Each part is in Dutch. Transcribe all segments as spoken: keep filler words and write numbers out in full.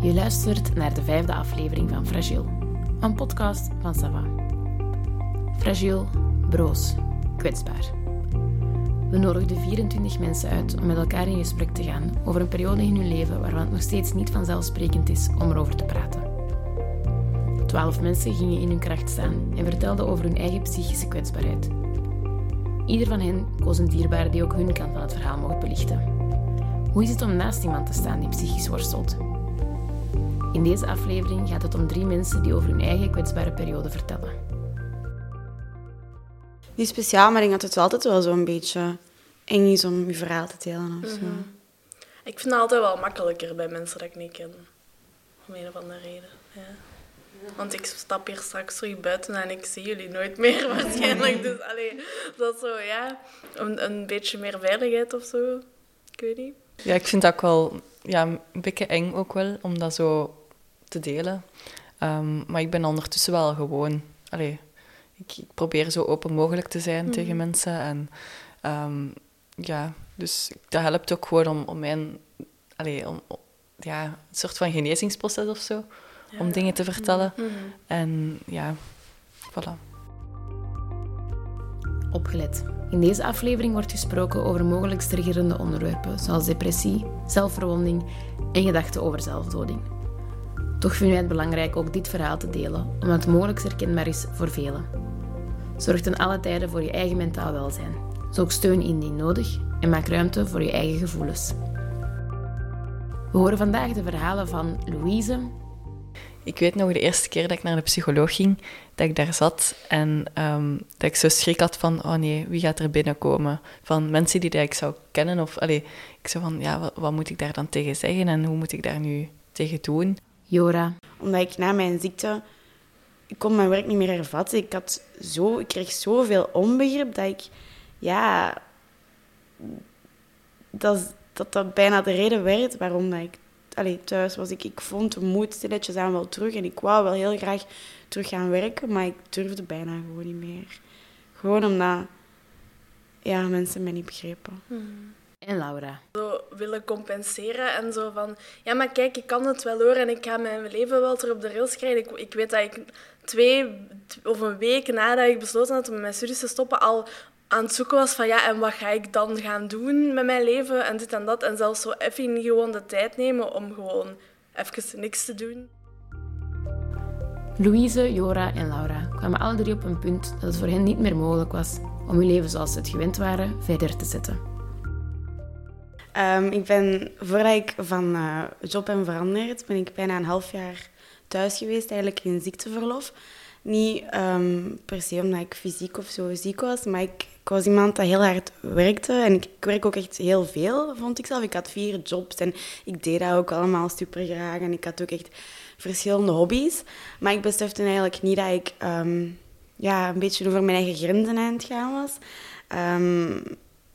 Je luistert naar de vijfde aflevering van Fragiel, een podcast van Sava. Fragiel, broos, kwetsbaar. We nodigden vierentwintig mensen uit om met elkaar in gesprek te gaan over een periode in hun leven waarvan het nog steeds niet vanzelfsprekend is om erover te praten. Twaalf mensen gingen in hun kracht staan en vertelden over hun eigen psychische kwetsbaarheid. Ieder van hen koos een dierbare die ook hun kant van het verhaal mocht belichten. Hoe is het om naast iemand te staan die psychisch worstelt? In deze aflevering gaat het om drie mensen die over hun eigen kwetsbare periode vertellen. Niet speciaal, maar ik denk dat het altijd wel zo'n beetje eng is om je verhaal te delen of zo. Mm-hmm. Ik vind het altijd wel makkelijker bij mensen dat ik niet ken. Om een of andere reden. Ja. Want ik stap hier straks terug buiten en ik zie jullie nooit meer waarschijnlijk. Dus allee, dat is zo, ja, een, een beetje meer veiligheid of zo. Ik weet niet. Ja, ik vind dat ook wel ja, een beetje eng ook wel, om dat zo te delen. Um, maar ik ben ondertussen wel gewoon... Allee, ik, ik probeer zo open mogelijk te zijn mm-hmm. tegen mensen. En um, ja, dus dat helpt ook gewoon om, om mijn... Allee, om, ja, een soort van genezingsproces of zo. Ja, om dingen te vertellen. Mm-hmm. En ja, voilà. Opgelet. In deze aflevering wordt gesproken over mogelijk triggerende onderwerpen, zoals depressie, zelfverwonding en gedachten over zelfdoding. Toch vinden wij het belangrijk ook dit verhaal te delen, omdat het mogelijk herkenbaar is voor velen. Zorg ten alle tijde voor je eigen mentaal welzijn. Zoek steun indien nodig en maak ruimte voor je eigen gevoelens. We horen vandaag de verhalen van Louise. Ik weet nog de eerste keer dat ik naar de psycholoog ging, dat ik daar zat en um, dat ik zo schrik had van, oh nee, wie gaat er binnenkomen? Van mensen die ik zou kennen. Of, allee, ik zo van, ja, wat, wat moet ik daar dan tegen zeggen en hoe moet ik daar nu tegen doen? Jora. Omdat ik na mijn ziekte, ik kon mijn werk niet meer hervatten. Ik, had zo, ik kreeg zoveel onbegrip dat ik, ja, dat dat, dat bijna de reden werd waarom dat ik Allee, thuis was. Ik, ik vond de moed stilletjes aan wel terug. En ik wou wel heel graag terug gaan werken, maar ik durfde bijna gewoon niet meer. Gewoon omdat ja, mensen mij niet begrepen. Hmm. En Laura. Zo willen compenseren en zo van... Ja, maar kijk, ik kan het wel hoor en ik ga mijn leven wel terug op de rails krijgen. Ik, ik weet dat ik twee of een week nadat ik besloten had om met mijn studies te stoppen, al aan het zoeken was van ja, en wat ga ik dan gaan doen met mijn leven en dit en dat. En zelfs zo even gewoon de tijd nemen om gewoon even niks te doen. Louise, Jora en Laura kwamen alle drie op een punt dat het voor hen niet meer mogelijk was om hun leven zoals ze het gewend waren verder te zetten. Um, ik ben, voordat ik van uh, job ben veranderd, ben ik bijna een half jaar thuis geweest, eigenlijk in ziekteverlof. Niet um, per se omdat ik fysiek of zo ziek was, maar ik, ik was iemand dat heel hard werkte. En ik, ik werk ook echt heel veel, vond ik zelf. Ik had vier jobs en ik deed dat ook allemaal super graag. En ik had ook echt verschillende hobby's. Maar ik besefte eigenlijk niet dat ik um, ja, een beetje over mijn eigen grenzen aan het gaan was. Um,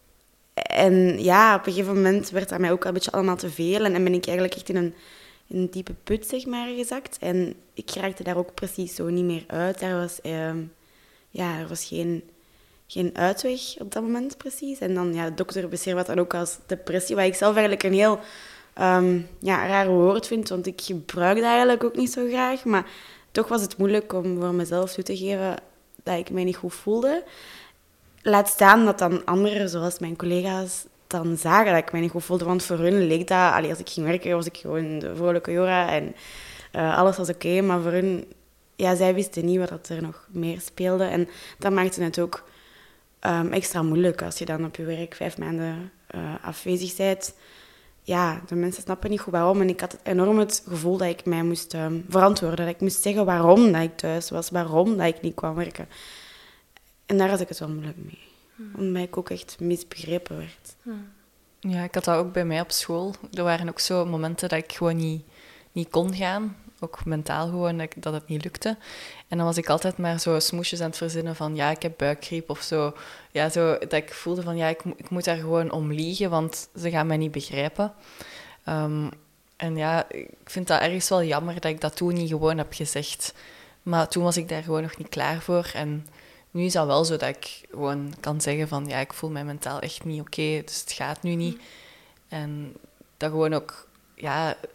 en ja, op een gegeven moment werd dat mij ook een beetje allemaal te veel. En dan ben ik eigenlijk echt in een... in een diepe put, zeg maar, gezakt. En ik raakte daar ook precies zo niet meer uit. Er was, uh, ja, er was geen, geen uitweg op dat moment precies. En dan, ja, de dokter beschreef dat dan ook als depressie, wat ik zelf eigenlijk een heel um, ja, raar woord vind, want ik gebruik dat eigenlijk ook niet zo graag. Maar toch was het moeilijk om voor mezelf toe te geven dat ik mij niet goed voelde. Laat staan dat dan anderen, zoals mijn collega's, dan zagen dat ik mij niet goed voelde. Want voor hun leek dat... Allee, als ik ging werken, was ik gewoon de vrolijke Jora. En uh, alles was oké. Okay, maar voor hun... Ja, zij wisten niet wat er nog meer speelde. En dat maakte het ook um, extra moeilijk. Als je dan op je werk vijf maanden uh, afwezig bent. Ja, de mensen snappen niet goed waarom. En ik had enorm het gevoel dat ik mij moest um, verantwoorden. Dat ik moest zeggen waarom dat ik thuis was. Waarom dat ik niet kwam werken. En daar had ik het wel moeilijk mee. Omdat ik ook echt misbegrepen werd. Ja, ik had dat ook bij mij op school. Er waren ook zo momenten dat ik gewoon niet, niet kon gaan. Ook mentaal gewoon, dat, ik, dat het niet lukte. En dan was ik altijd maar zo smoesjes aan het verzinnen van... Ja, ik heb buikgriep of zo. Ja, zo dat ik voelde van... Ja, ik, ik moet daar gewoon om liegen, want ze gaan mij niet begrijpen. Um, en ja, ik vind dat ergens wel jammer dat ik dat toen niet gewoon heb gezegd. Maar toen was ik daar gewoon nog niet klaar voor. En... Nu is dat wel zo dat ik gewoon kan zeggen van... Ja, ik voel mij mentaal echt niet oké, okay, dus het gaat nu niet. En dat gewoon ook... Ja,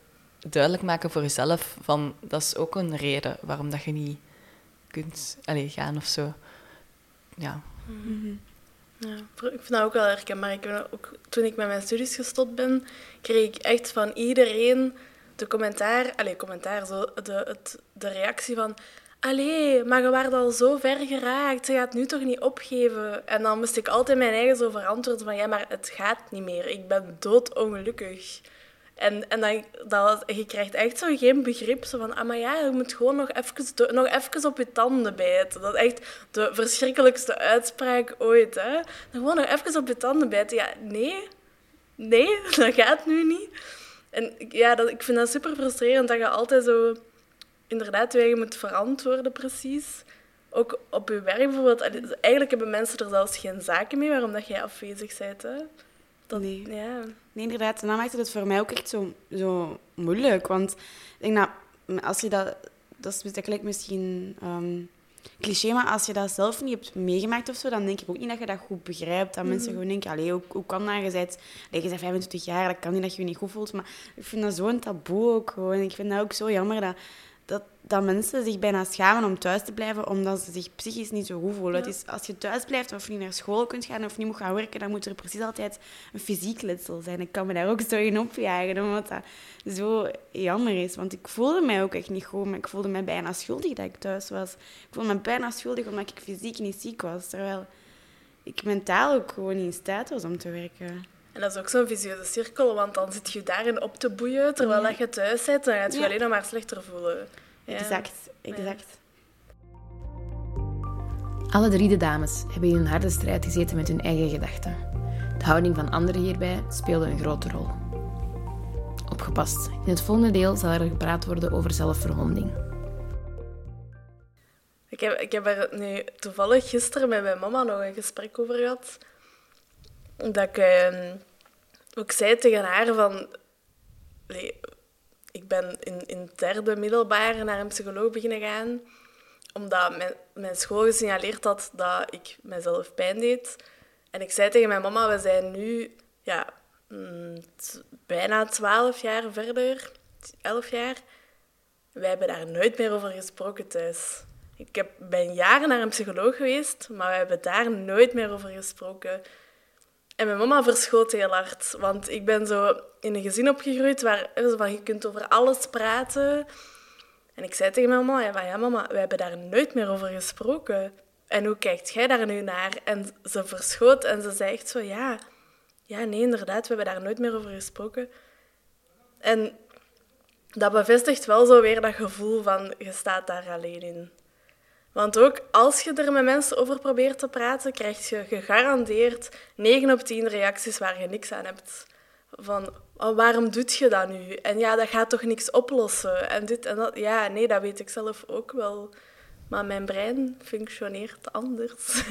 duidelijk maken voor jezelf van dat is ook een reden waarom dat je niet kunt allee, gaan of zo. Ja. Mm-hmm. Ja, ik vind dat ook wel herkenbaar. Ik ben ook, toen ik met mijn studies gestopt ben, kreeg ik echt van iedereen de commentaar, allee, commentaar, zo, de, het, de reactie van allee, maar je waart al zo ver geraakt, je gaat nu toch niet opgeven? En dan moest ik altijd mijn eigen zo verantwoorden van ja, maar het gaat niet meer. Ik ben doodongelukkig. En, en dan, dat, je krijgt echt zo geen begrip. Zo van, ah, maar ja, je moet gewoon nog even, nog even op je tanden bijten. Dat is echt de verschrikkelijkste uitspraak ooit. Hè? Dan gewoon nog even op je tanden bijten. Ja, nee. Nee, dat gaat nu niet. En ja, dat, ik vind dat super frustrerend dat je altijd zo... Inderdaad, je moet verantwoorden precies. Ook op je werk bijvoorbeeld. Eigenlijk hebben mensen er zelfs geen zaken mee waarom dat jij afwezig bent. Hè? Dat, nee. Ja. nee, inderdaad. En dan maakt het voor mij ook echt zo, zo moeilijk. Want ik denk dat als je dat... Dat, is, dat klinkt misschien um, cliché, maar als je dat zelf niet hebt meegemaakt of zo, dan denk ik ook niet dat je dat goed begrijpt. Dat mm-hmm. mensen gewoon denken, allee, hoe, hoe kan dat? Je bent, allee, je bent vijfentwintig jaar, dat kan niet dat je je niet goed voelt. Maar ik vind dat zo'n taboe ook gewoon. Ik vind dat ook zo jammer dat... Dat, dat mensen zich bijna schamen om thuis te blijven, omdat ze zich psychisch niet zo goed voelen. Ja. Het is, als je thuis blijft of niet naar school kunt gaan of niet moet gaan werken, dan moet er precies altijd een fysiek letsel zijn. Ik kan me daar ook zo in opjagen, omdat dat zo jammer is. Want ik voelde mij ook echt niet goed, maar ik voelde mij bijna schuldig dat ik thuis was. Ik voelde me bijna schuldig omdat ik fysiek niet ziek was, terwijl ik mentaal ook gewoon niet in staat was om te werken. En dat is ook zo'n vicieuze cirkel, want dan zit je daarin op te boeien, terwijl ja. je thuis zit, dan gaat je ja. alleen nog maar slechter voelen. Ja. Exact, exact. Alle drie de dames hebben in een harde strijd gezeten met hun eigen gedachten. De houding van anderen hierbij speelde een grote rol. Opgepast, in het volgende deel zal er gepraat worden over zelfverwonding. Ik heb, ik heb er nu toevallig gisteren met mijn mama nog een gesprek over gehad. Dat ik eh, ook zei tegen haar van... Nee, ik ben in, in het derde middelbaar naar een psycholoog beginnen gaan, omdat mijn, mijn school gesignaleerd had dat ik mezelf pijn deed. En ik zei tegen mijn mama, we zijn nu ja, t- bijna twaalf jaar verder, elf jaar. Wij hebben daar nooit meer over gesproken thuis. Ik heb, ben jaren naar een psycholoog geweest, maar we hebben daar nooit meer over gesproken. En mijn mama verschoot heel hard, want ik ben zo in een gezin opgegroeid waar van, je kunt over alles praten. En ik zei tegen mijn mama, ja, van, ja mama, we hebben daar nooit meer over gesproken. En hoe kijkt jij daar nu naar? En ze verschoot en ze zei echt zo, ja, ja, nee, inderdaad, we hebben daar nooit meer over gesproken. En dat bevestigt wel zo weer dat gevoel van, je staat daar alleen in. Want ook als je er met mensen over probeert te praten, krijg je gegarandeerd negen op tien reacties waar je niks aan hebt. Van, oh, waarom doet je dat nu? En ja, dat gaat toch niks oplossen? En dit en dat. Ja, nee, dat weet ik zelf ook wel. Maar mijn brein functioneert anders.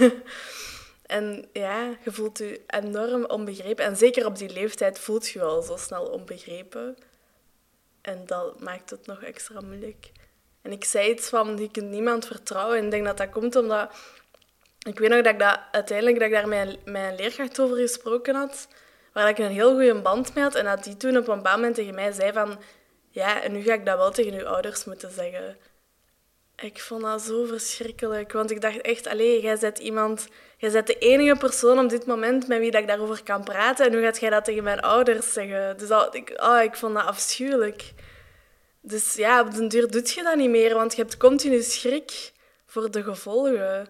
En ja, je voelt je enorm onbegrepen. En zeker op die leeftijd voelt je je al zo snel onbegrepen. En dat maakt het nog extra moeilijk. En ik zei iets van, je kunt niemand vertrouwen. En ik denk dat dat komt omdat... Ik weet nog dat ik dat uiteindelijk dat ik daar met een, met een leerkracht over gesproken had, waar ik een heel goede band mee had. En dat die toen op een bepaald moment tegen mij zei van... Ja, en nu ga ik dat wel tegen uw ouders moeten zeggen. Ik vond dat zo verschrikkelijk. Want ik dacht echt, allee, jij bent iemand... Jij bent de enige persoon op dit moment met wie dat ik daarover kan praten. En nu gaat jij dat tegen mijn ouders zeggen. Dus dat, ik, oh, ik vond dat afschuwelijk. Dus ja, op den duur doe je dat niet meer, want je hebt continu schrik voor de gevolgen.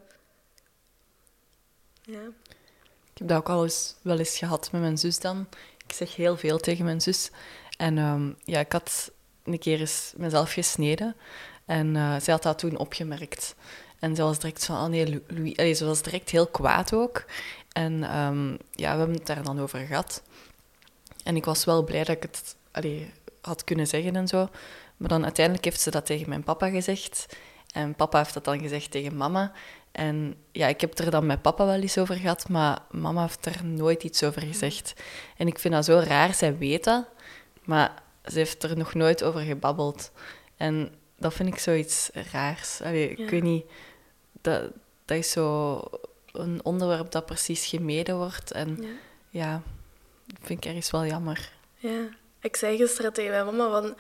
Ja. Ik heb dat ook al eens, wel eens gehad met mijn zus dan. Ik zeg heel veel tegen mijn zus. En um, ja, ik had een keer eens mezelf gesneden. En uh, zij had dat toen opgemerkt. En ze was direct van, oh nee, Louis... Allee, ze was direct heel kwaad ook. En um, ja, we hebben het daar dan over gehad. En ik was wel blij dat ik het allee, had kunnen zeggen en zo. Maar dan uiteindelijk heeft ze dat tegen mijn papa gezegd. En papa heeft dat dan gezegd tegen mama. En ja, ik heb het er dan met papa wel eens over gehad, maar mama heeft er nooit iets over gezegd. En ik vind dat zo raar. Zij weet dat, maar ze heeft er nog nooit over gebabbeld. En dat vind ik zoiets raars. Allee, ik ja. weet niet... Dat, dat is zo een onderwerp dat precies gemeden wordt. En ja, ja dat vind ik ergens wel jammer. Ja, ik zei gisteren tegen mijn mama van...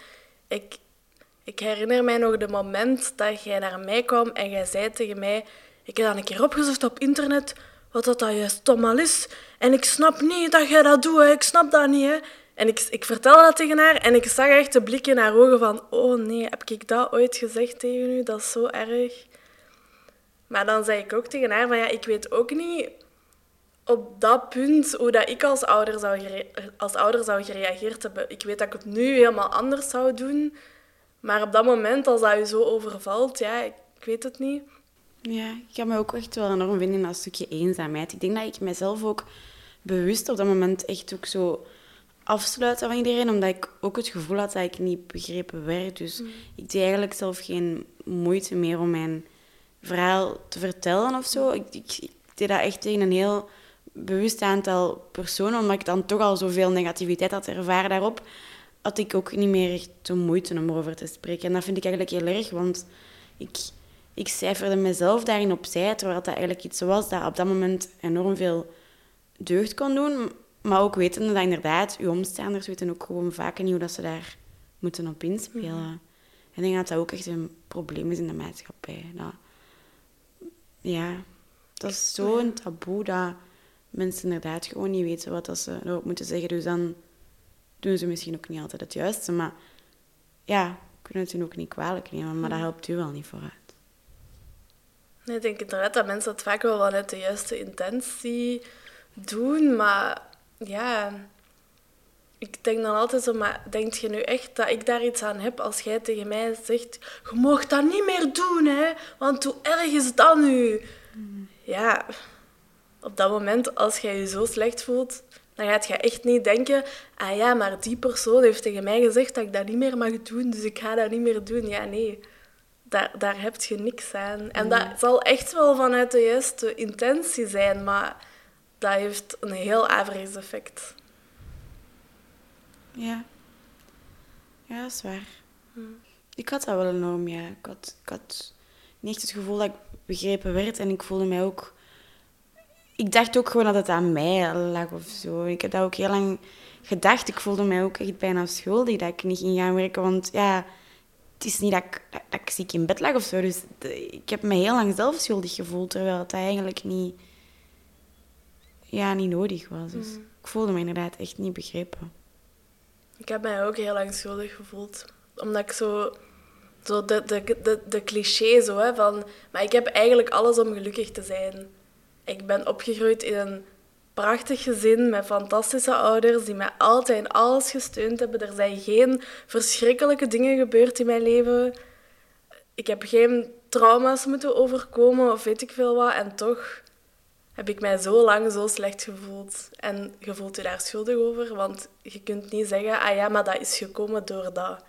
ik, ik herinner mij nog de moment dat jij naar mij kwam en jij zei tegen mij... Ik heb dan een keer opgezocht op internet wat dat, dat juist allemaal is. En ik snap niet dat jij dat doet, hè. Ik snap dat niet, hè. En ik, ik vertelde dat tegen haar en ik zag echt de blik in haar ogen van... Oh nee, heb ik dat ooit gezegd tegen u? Dat is zo erg. Maar dan zei ik ook tegen haar van... Ja, ik weet ook niet op dat punt hoe dat ik als ouder zou, gere- als ouder zou gereageerd hebben. Ik weet dat ik het nu helemaal anders zou doen. Maar op dat moment, als dat je zo overvalt, ja, ik, ik weet het niet. Ja, ik kan me ook echt wel enorm vinden in dat stukje eenzaamheid. Ik denk dat ik mezelf ook bewust op dat moment echt ook zo afsluiten van iedereen, omdat ik ook het gevoel had dat ik niet begrepen werd. Dus mm. ik deed eigenlijk zelf geen moeite meer om mijn verhaal te vertellen of zo. Ik, ik, ik deed dat echt tegen een heel bewust aantal personen, omdat ik dan toch al zoveel negativiteit had ervaren daarop, had ik ook niet meer echt de moeite om erover te spreken. En dat vind ik eigenlijk heel erg, want ik, ik cijferde mezelf daarin opzij, terwijl dat eigenlijk iets was dat op dat moment enorm veel deugd kon doen. Maar ook wetende dat inderdaad, uw omstaanders weten ook gewoon vaak niet hoe dat ze daar moeten op inspelen. Mm-hmm. Ik denk dat dat ook echt een probleem is in de maatschappij. Dat, ja, dat is zo'n taboe dat mensen inderdaad gewoon niet weten wat dat ze erop moeten zeggen. Dus dan doen ze misschien ook niet altijd het juiste. Maar ja, kunnen het hun ook niet kwalijk nemen. Maar dat helpt u wel niet vooruit. Nee, ik denk inderdaad dat mensen het vaak wel vanuit de juiste intentie doen. Maar ja, ik denk dan altijd zo, maar denk je nu echt dat ik daar iets aan heb als jij tegen mij zegt, je mag dat niet meer doen, hè? Want hoe erg is dat nu? Mm. Ja, op dat moment, als jij je zo slecht voelt, dan gaat je echt niet denken, ah ja, maar die persoon heeft tegen mij gezegd dat ik dat niet meer mag doen, dus ik ga dat niet meer doen. Ja, nee, daar, daar heb je niks aan. En mm. dat zal echt wel vanuit de juiste intentie zijn, maar dat heeft een heel averechts effect. Ja. Ja, dat is waar. Hmm. Ik had dat wel enorm, ja. Ik had, ik had niet echt het gevoel dat ik begrepen werd. En ik voelde mij ook... Ik dacht ook gewoon dat het aan mij lag of zo. Ik heb dat ook heel lang gedacht. Ik voelde mij ook echt bijna schuldig dat ik niet ging gaan werken. Want ja, het is niet dat ik, dat, dat ik ziek in bed lag of zo. Dus de, ik heb me heel lang zelf schuldig gevoeld. Terwijl het eigenlijk niet... Ja, niet nodig was. Dus hmm. ik voelde me inderdaad echt niet begrepen. Ik heb mij ook heel lang schuldig gevoeld. Omdat ik zo... zo de, de, de, de cliché zo, hè, van... Maar ik heb eigenlijk alles om gelukkig te zijn. Ik ben opgegroeid in een prachtig gezin met fantastische ouders die mij altijd in alles gesteund hebben. Er zijn geen verschrikkelijke dingen gebeurd in mijn leven. Ik heb geen trauma's moeten overkomen of weet ik veel wat. En toch heb ik mij zo lang zo slecht gevoeld. En je voelt je daar schuldig over, want je kunt niet zeggen, ah ja, maar dat is gekomen door dat.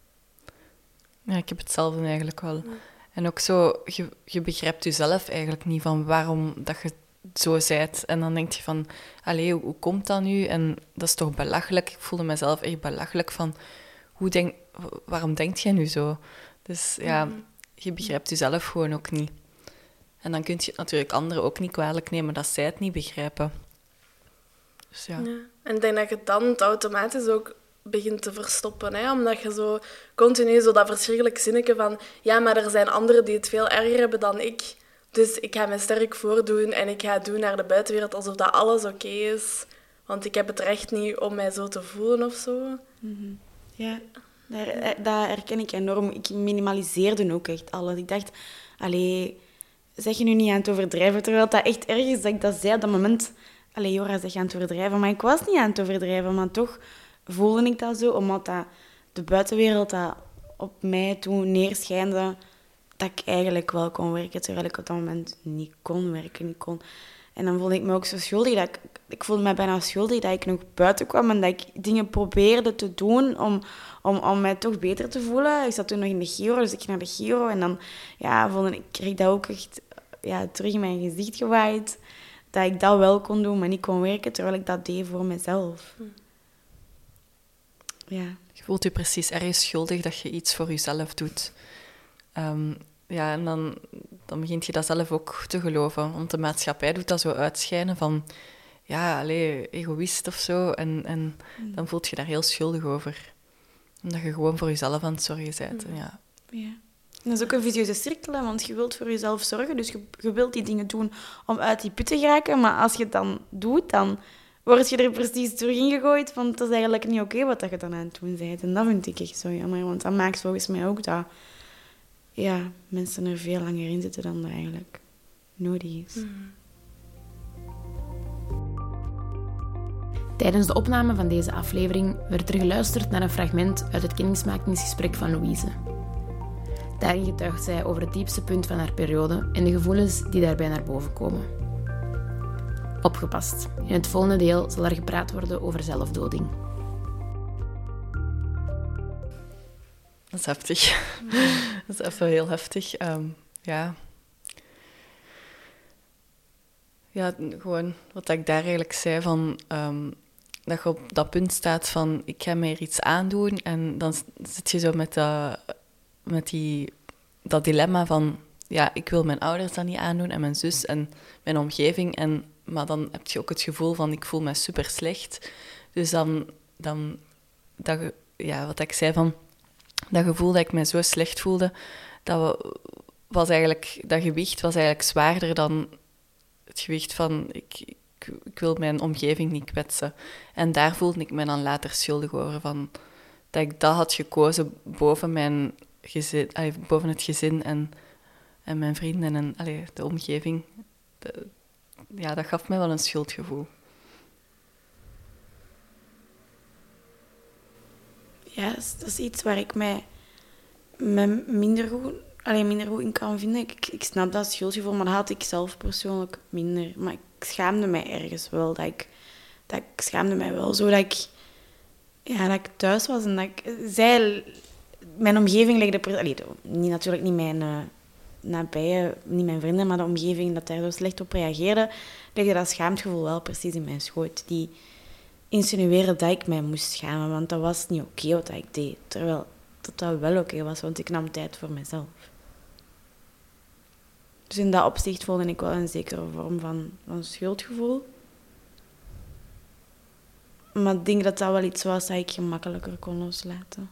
Ja, ik heb hetzelfde eigenlijk wel. Ja. En ook zo, je, je begrijpt jezelf eigenlijk niet van waarom dat je zo bent. En dan denk je van, allee, hoe, hoe komt dat nu? En dat is toch belachelijk? Ik voelde mezelf echt belachelijk van, hoe denk, waarom denk jij nu zo? Dus ja, je begrijpt jezelf gewoon ook niet. En dan kun je het natuurlijk anderen ook niet kwalijk nemen dat zij het niet begrijpen. Dus ja. ja. En ik denk dat je dan het automatisch ook begint te verstoppen. Hè? Omdat je zo continu zo dat verschrikkelijk zinnetje van... Ja, maar er zijn anderen die het veel erger hebben dan ik. Dus ik ga me sterk voordoen en ik ga doen naar de buitenwereld alsof dat alles oké is. Want ik heb het recht niet om mij zo te voelen of zo. Mm-hmm. Ja, daar, dat herken ik enorm. Ik minimaliseerde ook echt alles. Ik dacht, allee... Zeg je nu niet aan het overdrijven, terwijl dat echt erg is dat ik dat zei op dat moment. Allee, Jora, zeg je aan het overdrijven. Maar ik was niet aan het overdrijven, maar toch voelde ik dat zo, omdat dat de buitenwereld dat op mij toen neerschijnde, dat ik eigenlijk wel kon werken, terwijl ik op dat moment niet kon werken, niet kon. En dan voelde ik me ook zo schuldig. Dat ik, ik voelde me bijna schuldig dat ik nog buiten kwam en dat ik dingen probeerde te doen om, om, om mij toch beter te voelen. Ik zat toen nog in de Giro, dus ik ging naar de Giro. En dan ja, voelde ik, kreeg dat ook echt ja, terug in mijn gezicht gewaaid. Dat ik dat wel kon doen, maar niet kon werken, terwijl ik dat deed voor mezelf. Hm. Ja. Je voelt je precies ergens schuldig dat je iets voor jezelf doet. Um, ja, en dan, dan begint je dat zelf ook te geloven. Want de maatschappij doet dat zo uitschijnen van... Ja, allee, egoïst of zo. En, en mm. dan voelt je daar heel schuldig over. Omdat je gewoon voor jezelf aan het zorgen bent. Mm. Ja. Ja. Dat is ook een vicieuze cirkel, hè, want je wilt voor jezelf zorgen. Dus je, je wilt die dingen doen om uit die put te geraken. Maar als je het dan doet, dan word je er precies terug ingegooid. Want dat is eigenlijk niet oké wat je dan aan het doen bent. En dat vind ik echt zo jammer. Want dat maakt volgens mij ook dat ja, mensen er veel langer in zitten dan dat eigenlijk nodig is. Mm. Tijdens de opname van deze aflevering werd er geluisterd naar een fragment uit het kennismakingsgesprek van Louise. Daarin getuigt zij over het diepste punt van haar periode en de gevoelens die daarbij naar boven komen. Opgepast. In het volgende deel zal er gepraat worden over zelfdoding. Dat is heftig. Mm. Dat is even heel heftig. Um, ja. Ja, gewoon wat ik daar eigenlijk zei van... Um, dat je op dat punt staat van... Ik ga mij er iets aandoen. En dan zit je zo met, dat, met die, dat dilemma van... Ja, ik wil mijn ouders dat niet aandoen en mijn zus en mijn omgeving. En, maar dan heb je ook het gevoel van... Ik voel me super slecht. Dus dan... dan dat, ja, wat ik zei van... Dat gevoel dat ik me zo slecht voelde... Dat, was eigenlijk, dat gewicht was eigenlijk zwaarder dan... Het gewicht van, ik, ik, ik wil mijn omgeving niet kwetsen. En daar voelde ik me dan later schuldig over. Van, dat ik dat had gekozen boven, mijn gezin, allee, boven het gezin en, en mijn vrienden en allee, de omgeving. De, ja, dat gaf mij wel een schuldgevoel. Ja, dat is iets waar ik mij, mij minder goed... Alleen minder goed in kan vinden. Ik, ik snap dat schuldgevoel, maar dat had ik zelf persoonlijk minder. Maar ik schaamde mij ergens wel. Dat ik, dat ik schaamde mij wel zo dat ik, ja, dat ik thuis was en dat ik... Zij, mijn omgeving legde... Allee, niet, natuurlijk niet mijn uh, nabije, niet mijn vrienden, maar de omgeving dat daar zo slecht op reageerde, legde dat schaamtegevoel wel precies in mijn schoot. Die insinueerde dat ik mij moest schamen, want dat was niet oké wat ik deed. Terwijl dat dat wel oké was, want ik nam tijd voor mezelf. Dus in dat opzicht voelde ik wel een zekere vorm van, van schuldgevoel. Maar ik denk dat dat wel iets was dat ik gemakkelijker kon loslaten.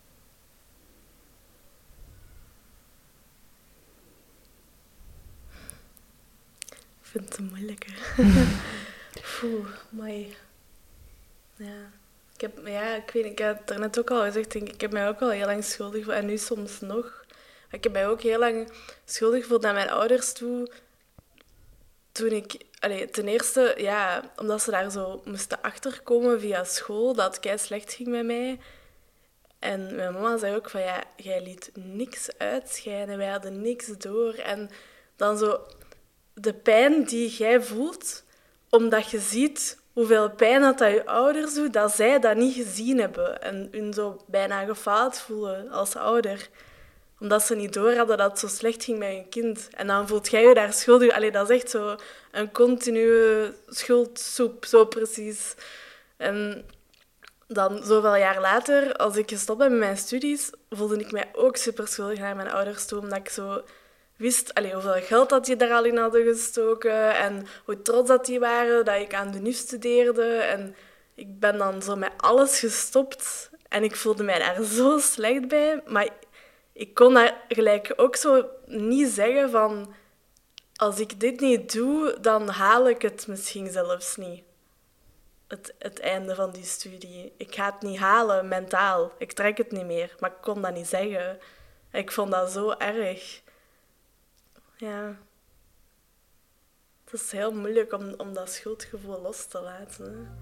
Ik vind het een moeilijke. Oeh, mooi. Ja. Ik heb, ja, ik weet ik heb het daarnet ook al gezegd, ik, ik heb mij ook al heel lang schuldig gevoeld, en nu soms nog. Ik heb mij ook heel lang schuldig gevoeld naar mijn ouders toe. Toen ik, allee, ten eerste, ja, omdat ze daar zo moesten achterkomen via school, dat het kei slecht ging met mij. En mijn mama zei ook van, ja, jij liet niks uitschijnen, wij hadden niks door. En dan zo de pijn die jij voelt, omdat je ziet hoeveel pijn dat, dat je ouders doet, dat zij dat niet gezien hebben. En hun zo bijna gefaald voelen als ouder. Omdat ze niet door hadden dat het zo slecht ging met hun kind. En dan voelt jij je daar schuldig. Allee, dat is echt zo een continue schuldsoep, zo precies. En dan, zoveel jaar later, als ik gestopt ben met mijn studies, voelde ik mij ook super schuldig naar mijn ouders toe. Omdat ik zo wist allee, hoeveel geld dat die daar al in hadden gestoken. En hoe trots dat die waren dat ik aan de N U studeerde. En ik ben dan zo met alles gestopt. En ik voelde mij daar zo slecht bij. Maar ik kon daar gelijk ook zo niet zeggen van... Als ik dit niet doe, dan haal ik het misschien zelfs niet. Het, het einde van die studie. Ik ga het niet halen, mentaal. Ik trek het niet meer. Maar ik kon dat niet zeggen. Ik vond dat zo erg. Ja. Het is heel moeilijk om, om dat schuldgevoel los te laten. Hè.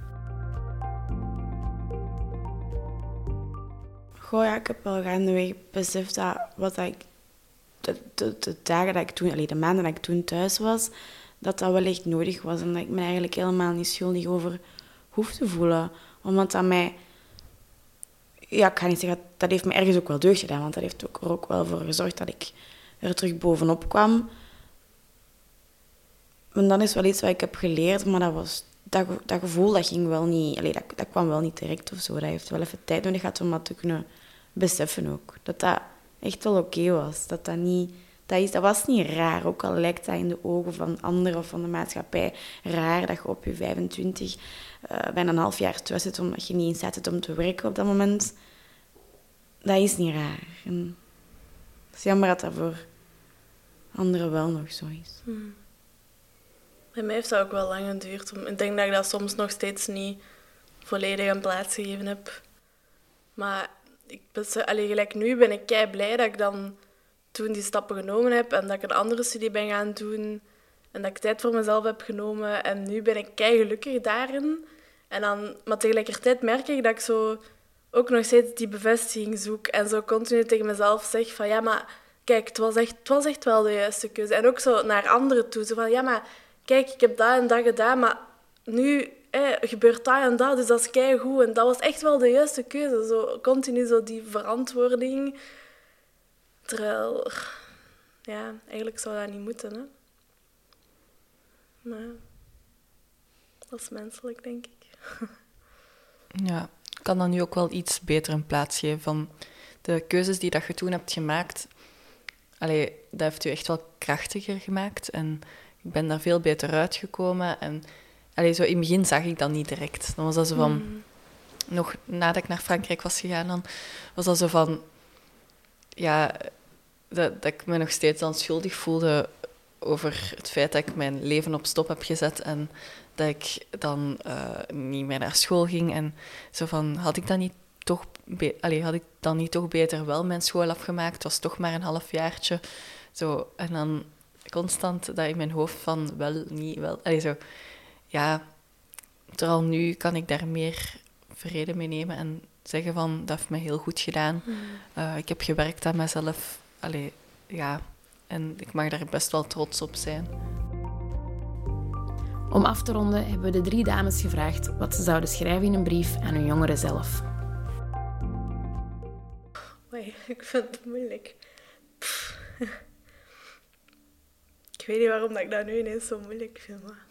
Goh, ja, ik heb wel gaandeweg beseft dat wat ik... De, de, de dagen dat ik toen... Allee, de maanden dat ik toen thuis was, dat dat wel echt nodig was. En dat ik me eigenlijk helemaal niet schuldig over hoef te voelen. Omdat dat mij... Ja, ik ga niet zeggen... Dat heeft me ergens ook wel deugd gedaan. Want dat heeft ook, er ook wel voor gezorgd dat ik er terug bovenop kwam. En dat is wel iets wat ik heb geleerd. Maar dat, was, dat, dat gevoel, dat ging wel niet... Allee, dat, dat kwam wel niet direct of zo. Dat heeft wel even tijd nodig gehad om dat te kunnen beseffen ook. Dat dat echt wel oké was. Dat dat niet... Dat, is, dat was niet raar, ook al lijkt dat in de ogen van anderen of van de maatschappij raar dat je op je vijfentwintig uh, bijna een half jaar thuis zit omdat je niet in staat zit om te werken op dat moment. dat is niet raar. En het is jammer dat dat voor anderen wel nog zo is. Hmm. Bij mij heeft dat ook wel lang geduurd. Ik denk dat ik dat soms nog steeds niet volledig een plaats gegeven heb. Maar ik ben, allee, gelijk nu ben ik kei blij dat ik dan toen die stappen genomen heb en dat ik een andere studie ben gaan doen en dat ik tijd voor mezelf heb genomen. En nu ben ik kei gelukkig daarin. En dan, maar tegelijkertijd merk ik dat ik zo ook nog steeds die bevestiging zoek en zo continu tegen mezelf zeg van ja, maar kijk, het was echt, het was echt wel de juiste keuze. En ook zo naar anderen toe, zo van ja, maar kijk, ik heb dat en dat gedaan, maar nu eh, gebeurt dat en dat, dus dat is keigoed. En dat was echt wel de juiste keuze. Zo continu zo die verantwoording. Terwijl, ja, eigenlijk zou dat niet moeten, hè. Maar dat is menselijk, denk ik. Ja, ik kan dan nu ook wel iets beter een plaats geven van de keuzes die dat je toen hebt gemaakt. Allee, dat heeft u echt wel krachtiger gemaakt en ik ben daar veel beter uitgekomen. En allee, zo in het begin zag ik dat niet direct. Dan was dat zo van, mm. nog nadat ik naar Frankrijk was gegaan, dan was dat zo van, ja, dat, dat ik me nog steeds dan schuldig voelde over het feit dat ik mijn leven op stop heb gezet en dat ik dan uh, niet meer naar school ging. En zo van, had ik dan niet toch, be- allee, had ik dan niet toch beter wel mijn school afgemaakt? Het was toch maar een halfjaartje. Zo, en dan constant dat in mijn hoofd van wel, niet, wel. Allee, zo, ja, terwijl nu kan ik daar meer vrede mee nemen en zeggen van, dat heeft me heel goed gedaan. Mm. Uh, ik heb gewerkt aan mezelf. Allee, ja, en ik mag daar best wel trots op zijn. Om af te ronden hebben we de drie dames gevraagd wat ze zouden schrijven in een brief aan hun jongere zelf. Oei, ik vind het moeilijk. Pff. Ik weet niet waarom dat ik dat nu ineens zo moeilijk vind, maar...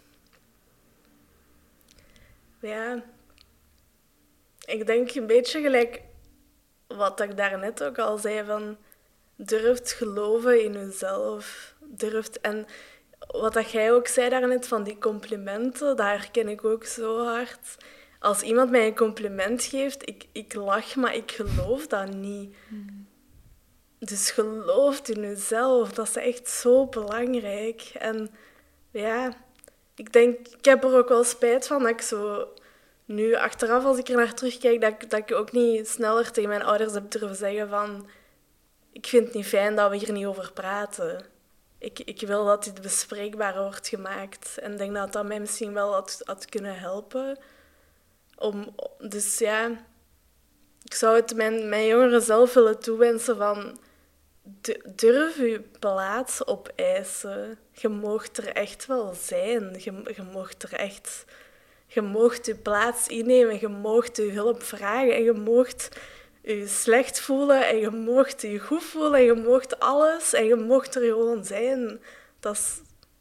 Ja... Ik denk een beetje gelijk wat ik daarnet ook al zei, van... Durft geloven in jezelf. Durft... En wat dat jij ook zei daarnet, van die complimenten, dat herken ik ook zo hard. Als iemand mij een compliment geeft, ik, ik lach, maar ik geloof dat niet. Mm. Dus geloof in jezelf, dat is echt zo belangrijk. En ja, ik denk, ik heb er ook wel spijt van dat ik zo... Nu, achteraf, als ik er naar terugkijk, dat ik, dat ik ook niet sneller tegen mijn ouders heb durven zeggen van... Ik vind het niet fijn dat we hier niet over praten. Ik, ik wil dat dit bespreekbaar wordt gemaakt. En ik denk dat dat mij misschien wel had, had kunnen helpen. Om, dus ja, ik zou het mijn, mijn jongeren zelf willen toewensen van... Durf je plaats opeisen. Je moogt er echt wel zijn. Je, je moogt er echt... Je moogt je plaats innemen. Je moogt je hulp vragen. En je moogt je slecht voelen. En je moogt je goed voelen. En je moogt alles. En je moogt er gewoon zijn. Dat is...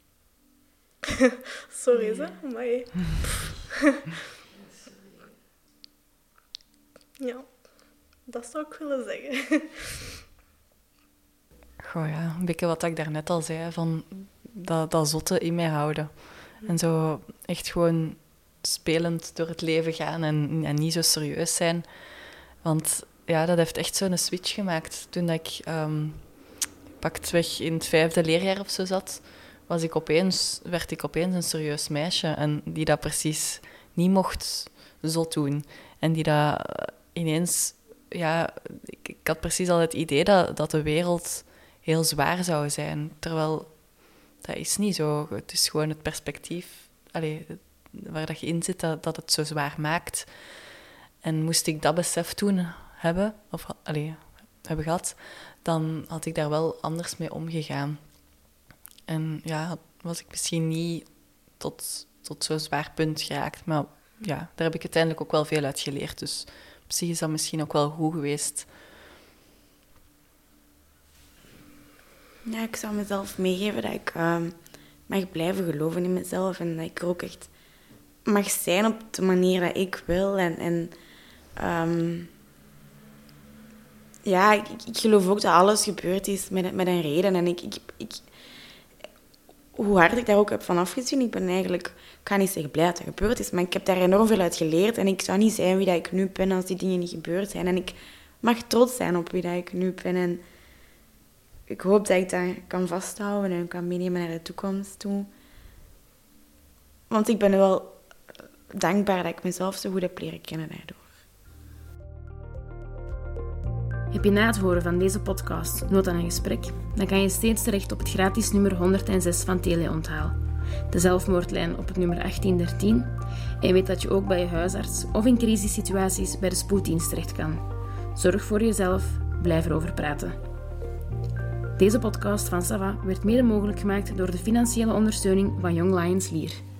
Sorry, hè? Maar... Ja, dat zou ik willen zeggen. Goh ja, een beetje wat ik daarnet al zei, van dat, dat zotte in mij houden. En zo echt gewoon spelend door het leven gaan en, en niet zo serieus zijn. Want ja, dat heeft echt zo'n switch gemaakt. Toen dat ik um, pakweg in het vijfde leerjaar of zo zat, was ik opeens, werd ik opeens een serieus meisje. En die dat precies niet mocht zot doen. En die dat ineens... Ja, ik, ik had precies al het idee dat, dat de wereld heel zwaar zou zijn. Terwijl, dat is niet zo. Het is gewoon het perspectief allee, waar dat je in zit, dat, dat het zo zwaar maakt. En moest ik dat besef toen hebben, of allee, hebben gehad, dan had ik daar wel anders mee omgegaan. En ja, was ik misschien niet tot, tot zo'n zwaar punt geraakt. Maar ja, daar heb ik uiteindelijk ook wel veel uit geleerd. Dus op zich is dat misschien ook wel goed geweest. Ja, ik zou mezelf meegeven dat ik uh, mag blijven geloven in mezelf. En dat ik er ook echt mag zijn op de manier dat ik wil. En, en um, ja, ik, ik geloof ook dat alles gebeurd is met, met een reden. En ik, ik, ik, hoe hard ik daar ook heb van afgezien, ik ben eigenlijk... Ik ga niet zeggen blij dat het gebeurd is, maar ik heb daar enorm veel uit geleerd. En ik zou niet zijn wie dat ik nu ben als die dingen niet gebeurd zijn. En ik mag trots zijn op wie dat ik nu ben. En ik hoop dat ik dat kan vasthouden en kan meenemen naar de toekomst toe. Want ik ben wel dankbaar dat ik mezelf zo goed heb leren kennen daardoor. Heb je na het horen van deze podcast nood aan een gesprek? Dan kan je steeds terecht op het gratis nummer honderdzes van Teleonthaal. De zelfmoordlijn op het nummer achttien dertien. En weet dat je ook bij je huisarts of in crisissituaties bij de spoeddienst terecht kan. Zorg voor jezelf, blijf erover praten. Deze podcast van Ça Va werd mede mogelijk gemaakt door de financiële ondersteuning van Young Lions Lier.